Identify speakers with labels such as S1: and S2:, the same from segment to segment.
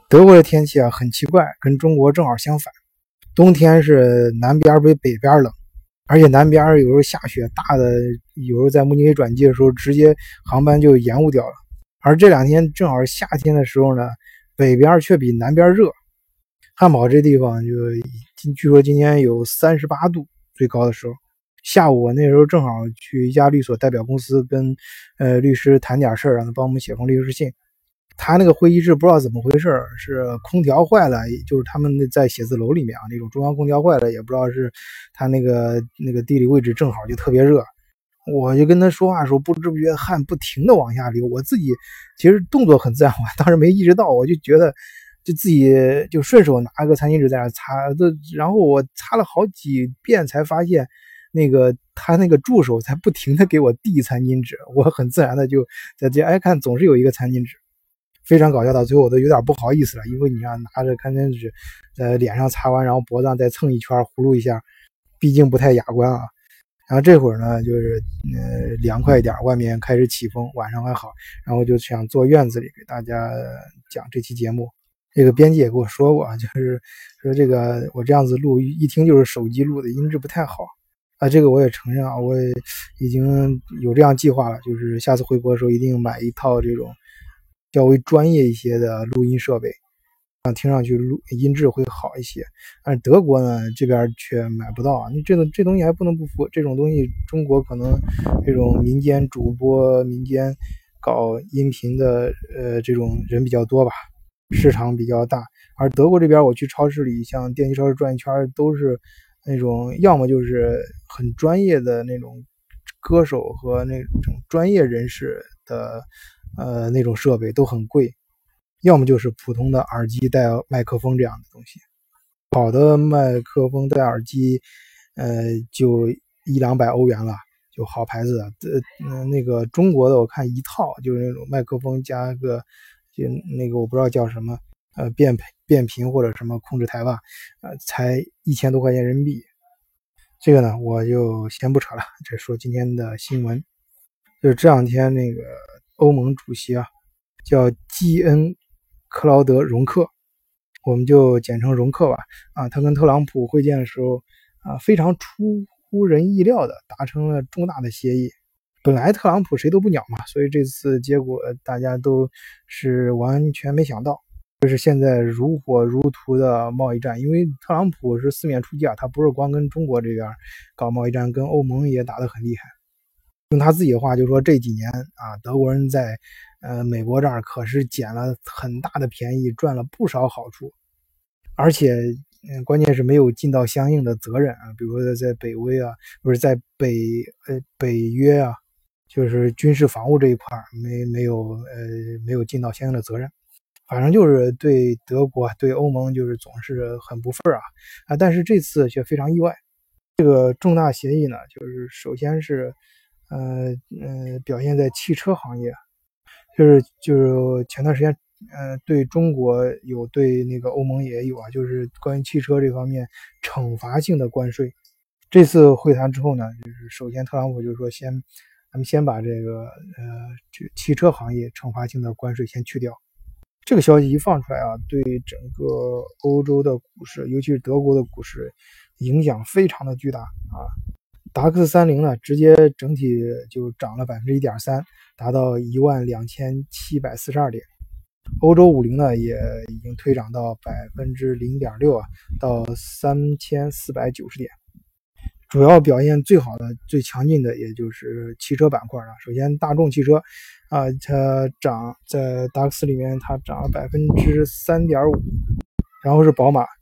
S1: 德国的天气啊很奇怪，跟中国正好相反。冬天是南边比北边冷，而且南边有时候下雪大的，有时候在慕尼黑转机的时候，直接航班就延误掉了。而这两天正好是夏天的时候呢，北边却比南边热。汉堡这地方据说今天有38度最高的时候。下午我那时候正好去一家律所代表公司跟律师谈点事儿，让他帮我们写封律师信。他那个会议室不知道怎么回事，是空调坏了，就是他们在写字楼里面啊，那种中央空调坏了，也不知道是他那个地理位置正好就特别热。我就跟他说话的时候，不知不觉汗不停的往下流，我自己其实动作很自然，我当时没意识到，我就觉得就自己就顺手拿个餐巾纸在那擦，然后我擦了好几遍才发现他那个助手才不停的给我递餐巾纸，我很自然的就在这看总是有一个餐巾纸，非常搞笑，到最后我都有点不好意思了，因为你看拿着餐巾纸在脸上擦完，然后脖子上再蹭一圈葫芦一下，毕竟不太雅观啊。然后这会儿呢就是凉快一点，外面开始起风，晚上还好，然后就想坐院子里给大家讲这期节目。这个编辑也跟我说过，就是说这个我这样子录一听就是手机录的，音质不太好啊。这个我也承认啊，我也已经有这样计划了，就是下次回国的时候一定买一套这种较为专业一些的录音设备，听上去音质会好一些。但是德国呢这边却买不到啊，你这东西还不能不服，这种东西中国可能这种民间主播、民间搞音频的这种人比较多吧，市场比较大。而德国这边我去超市里，像电器超市转一圈都是那种要么就是很专业的那种歌手和那种专业人士的那种设备都很贵，要么就是普通的耳机带麦克风这样的东西。好的麦克风带耳机就100-200欧元了，就好牌子的。那个中国的我看一套就是那种麦克风加个就那个我不知道叫什么变频或者什么控制台吧，才1000多块钱人民币。这个呢我就先不扯了，这说今天的新闻。就是这两天那个欧盟主席啊叫基恩克劳德容克，我们就简称容克吧。他跟特朗普会见的时候非常出乎人意料的达成了重大的协议。本来特朗普谁都不鸟嘛，所以这次结果大家都是完全没想到，就是现在如火如荼的贸易战。因为特朗普是四面出击啊，他不是光跟中国这边搞贸易战，跟欧盟也打得很厉害。用他自己的话就说，这几年德国人在美国这儿可是捡了很大的便宜，赚了不少好处，而且关键是没有尽到相应的责任啊，比如说在北威啊，不是在北约啊，就是军事防务这一块没有尽到相应的责任。反正就是对德国对欧盟就是总是很不忿但是这次却非常意外。这个重大协议呢，就是首先是表现在汽车行业，就是前段时间对中国有，对那个欧盟也有就是关于汽车这方面惩罚性的关税。这次会谈之后呢，就是首先特朗普就说咱们先把这个汽车行业惩罚性的关税先去掉。这个消息一放出来对整个欧洲的股市，尤其是德国的股市影响非常的巨大达克斯30呢直接整体就涨了 1.3%， 达到12742点。欧洲50呢也已经推涨到 0.6% 到3490点。主要表现最好的最强劲的也就是汽车板块首先大众汽车它涨，在达克斯里面它涨了 3.5%， 然后是宝马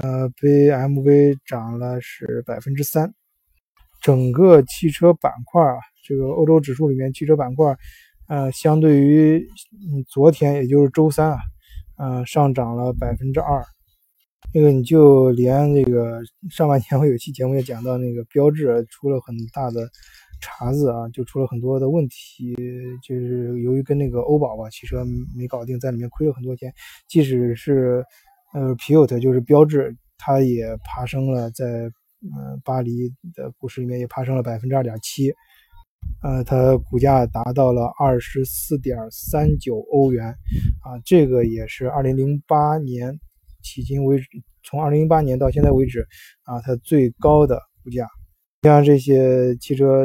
S1: BMW 涨了是 3%。整个汽车板块这个欧洲指数里面汽车板块相对于昨天也就是周三上涨了 2%。这个你就连这个上半年我有期节目也讲到，那个标致出了很大的茬子就出了很多的问题，就是由于跟那个欧宝汽车没搞定，在里面亏了很多钱。即使是Piot 就是标致，它也爬升了，在巴黎的股市里面也爬升了 2.7%。 它股价达到了24.39欧元这个也是2008年迄今为止，从2008年到现在为止它最高的股价。像这些汽车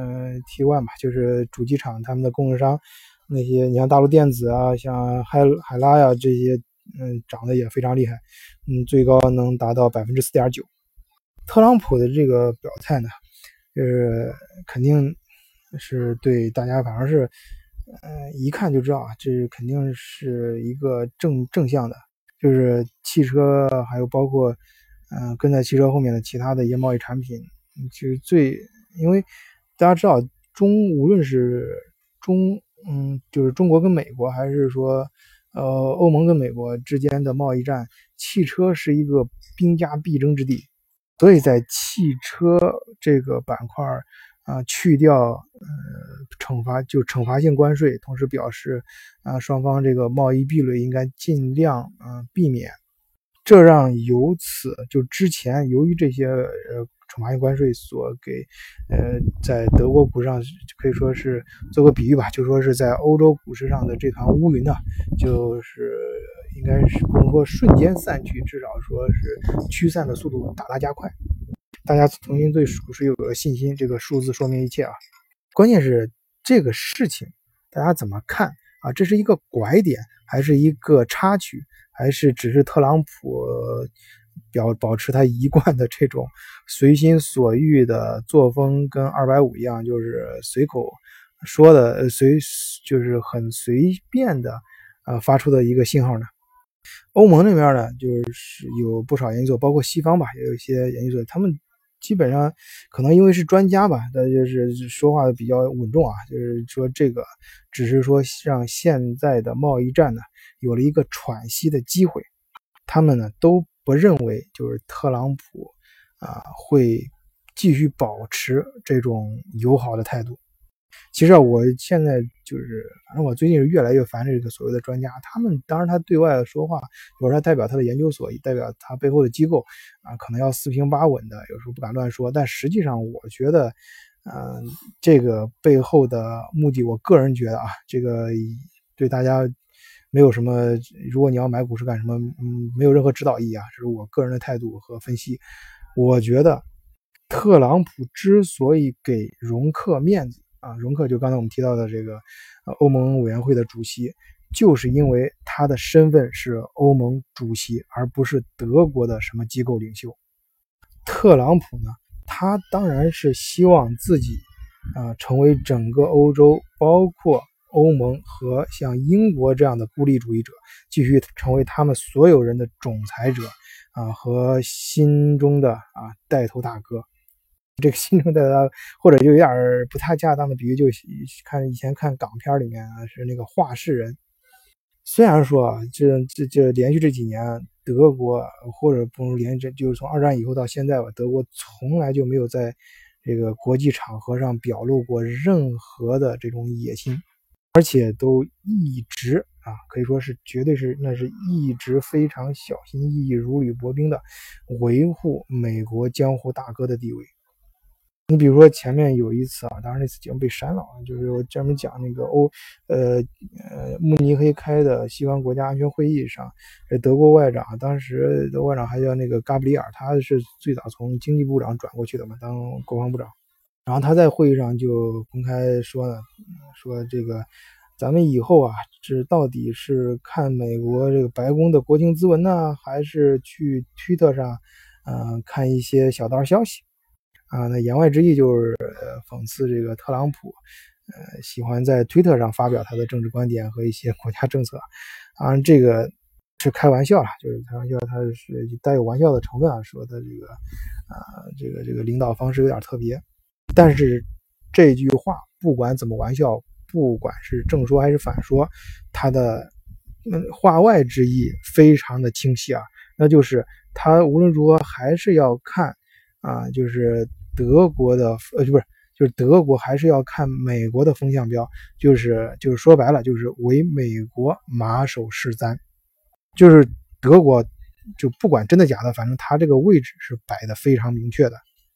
S1: T1吧，就是主机厂他们的供应商，那些你像大陆电子像海拉呀这些涨得也非常厉害，最高能达到 4.9%。特朗普的这个表态呢，就是肯定是对大家反正是一看就知道这肯定是一个正向的，就是汽车还有包括跟在汽车后面的其他的一些贸易产品，其实因为大家知道无论是就是中国跟美国，还是说欧盟跟美国之间的贸易战，汽车是一个兵家必争之地。所以在汽车这个板块去掉惩罚性关税，同时表示双方这个贸易壁垒应该尽量避免。这让之前由于这些惩罚性关税所给在德国股市上可以说是做个比喻吧，就说是在欧洲股市上的这团乌云就是应该是不能说瞬间散去，至少说是驱散的速度大大加快。大家重新对股市有了信心，这个数字说明一切关键是这个事情大家怎么看这是一个拐点，还是一个插曲，还是只是特朗普保持他一贯的这种随心所欲的作风，跟250一样，就是随口说的就是很随便的发出的一个信号呢？欧盟那边呢，就是有不少研究所，包括西方吧，也有一些研究所，他们基本上可能因为是专家吧，他就是说话比较稳重就是说这个只是说让现在的贸易战呢有了一个喘息的机会。他们呢都不认为就是特朗普会继续保持这种友好的态度。其实我现在反正我最近是越来越烦这个所谓的专家，他们当然他对外说话，有时候他代表他的研究所，代表他背后的机构可能要四平八稳的，有时候不敢乱说，但实际上我觉得这个背后的目的，我个人觉得这个对大家没有什么，如果你要买股市干什么没有任何指导意义这是我个人的态度和分析。我觉得特朗普之所以给容克面子容克就刚才我们提到的这个欧盟委员会的主席，就是因为他的身份是欧盟主席，而不是德国的什么机构领袖。特朗普呢，他当然是希望自己成为整个欧洲，包括欧盟和像英国这样的孤立主义者，继续成为他们所有人的总裁者和心中的带头大哥。这个心中的或者就有点不太恰当的比喻，就以前看港片里面是那个话事人。虽然说这连续这几年德国或者不能连续，就是从二战以后到现在吧，德国从来就没有在这个国际场合上表露过任何的这种野心，而且都一直可以说是绝对是一直非常小心翼翼、如履薄冰的维护美国江湖大哥的地位。你比如说前面有一次当然那次节目被删了就是我专门讲那个慕尼黑开的西方国家安全会议上，德国外长当时德国外长还叫那个加布里尔，他是最早从经济部长转过去的嘛，当国防部长。然后他在会议上就公开说这个咱们以后这到底是看美国这个白宫的国情咨文呢，还是去推特上看一些小道消息那言外之意就是讽刺这个特朗普喜欢在推特上发表他的政治观点和一些国家政策这个是开玩笑就是开玩笑，他是带有玩笑的成分说他这个领导方式有点特别。但是这句话不管怎么玩笑，不管是正说还是反说，他的话外之意非常的清晰那就是他无论如何还是要看就是德国的就是德国还是要看美国的风向标，就是说白了就是为美国马首是瞻，就是德国就不管真的假的，反正他这个位置是摆的非常明确的。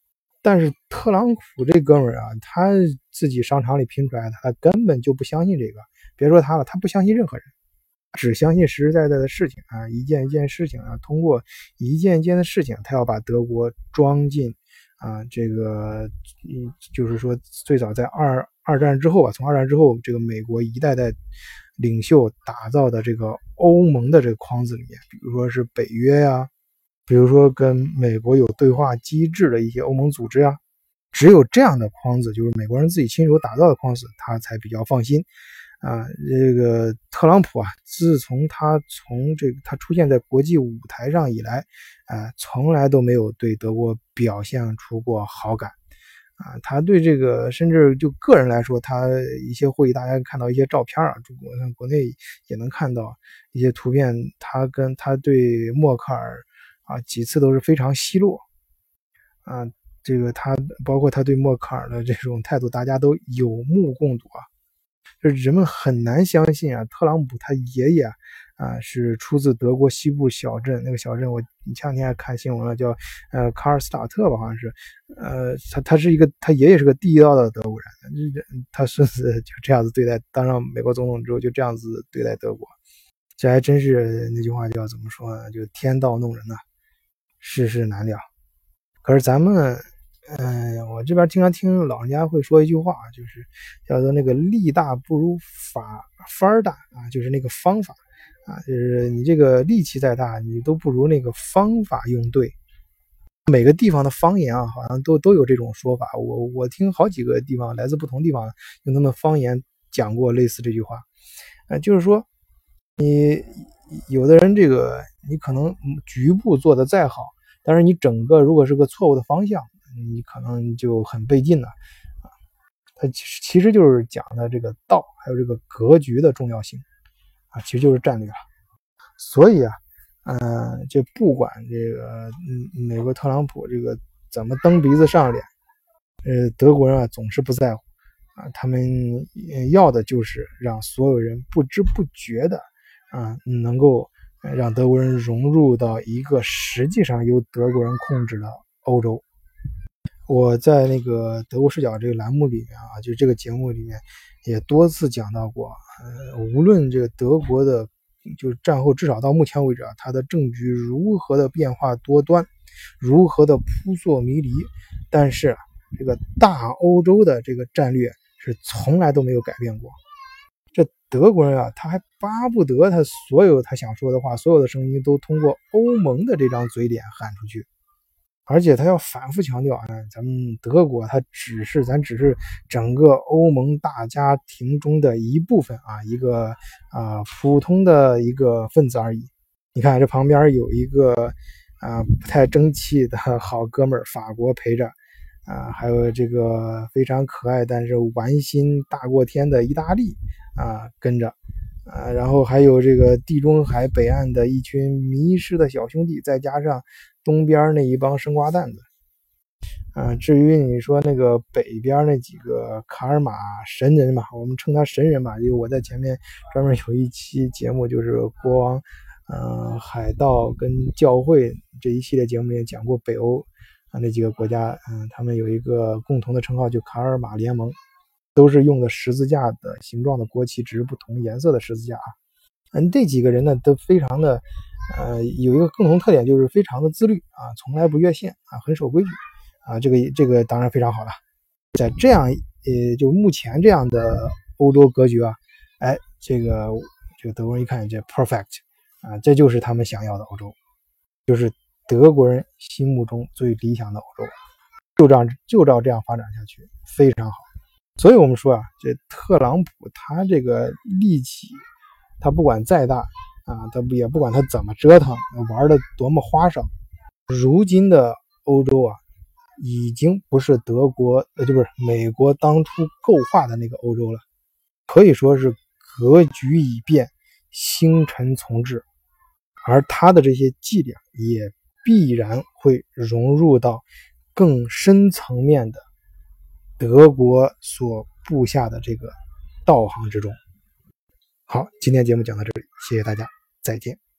S1: 但是特朗普这哥们儿啊，他自己商场里拼出来的，他根本就不相信这个。别说他了，他不相信任何人，只相信实实在在的事情啊，一件一件事情啊，通过一件一件的事情，他要把德国装进啊这个，就是说最早在二战之后啊，从二战之后，这个美国一代代领袖打造的这个欧盟的这个框子里面，比如说是北约呀。比如说跟美国有对话机制的一些欧盟组织啊，只有这样的框子，就是美国人自己亲手打造的框子，他才比较放心啊。这个特朗普啊，自从他出现在国际舞台上以来从来都没有对德国表现出过好感啊。他对这个甚至就个人来说，他一些会议大家看到一些照片啊，国内也能看到一些图片，他对默克尔几次都是非常奚落啊，这个包括他对默克尔的这种态度，大家都有目共睹啊。就是人们很难相信啊，特朗普他爷爷是出自德国西部小镇，那个小镇我前两天还看新闻了，叫卡尔斯塔特吧，好像是他爷爷是个地道的德国人，他孙子就这样子对待，当上美国总统之后就这样子对待德国，这还真是那句话叫怎么说呢？就天道弄人呐。世事难料。可是咱们我这边经常听老人家会说一句话，就是叫做那个力大不如法大啊，就是那个方法啊，就是你这个力气再大，你都不如那个方法用对。每个地方的方言啊，好像都有这种说法。我听好几个地方来自不同地方用他们方言讲过类似这句话，就是说你有的人这个你可能局部做的再好，但是你整个如果是个错误的方向，你可能就很费劲了啊。它其实就是讲的这个道，还有这个格局的重要性啊，其实就是战略了。所以啊，这不管这个美国特朗普这个怎么蹬鼻子上脸，德国人啊总是不在乎啊，他们要的就是让所有人不知不觉的能够让德国人融入到一个实际上由德国人控制的欧洲。我在那个德国视角这个栏目里面就这个节目里面也多次讲到过，无论这个德国的就是战后至少到目前为止它的政局如何的变化多端，如何的扑朔迷离，但是这个大欧洲的这个战略是从来都没有改变过。这德国人他还巴不得他所有他想说的话，所有的声音都通过欧盟的这张嘴脸喊出去，而且他要反复强调咱们德国咱只是整个欧盟大家庭中的一部分一个普通的一个分子而已。你看这旁边有一个不太争气的好哥们儿法国陪着还有这个非常可爱但是玩心大过天的意大利跟着然后还有这个地中海北岸的一群迷失的小兄弟，再加上东边那一帮生瓜蛋子至于你说那个北边那几个卡尔马神人嘛，我们称他神人吧，因为我在前面专门有一期节目就是国王海盗跟教会这一系列节目里讲过北欧那几个国家他们有一个共同的称号，就卡尔马联盟，都是用的十字架的形状的国旗，只是不同颜色的十字架这几个人呢都非常的有一个共同特点，就是非常的自律从来不越线很守规矩这个当然非常好了。在这样就目前这样的欧洲格局这个德国人一看这 perfect这就是他们想要的欧洲，就是德国人心目中最理想的欧洲，就照这样发展下去非常好。所以我们说这特朗普他这个力气，他不管再大他也不管他怎么折腾，玩的多么花哨，如今的欧洲已经不是美国当初构画的那个欧洲了，可以说是格局已变，星辰从至，而他的这些伎俩也必然会融入到更深层面的德国所布下的这个道行之中。好，今天节目讲到这里，谢谢大家，再见。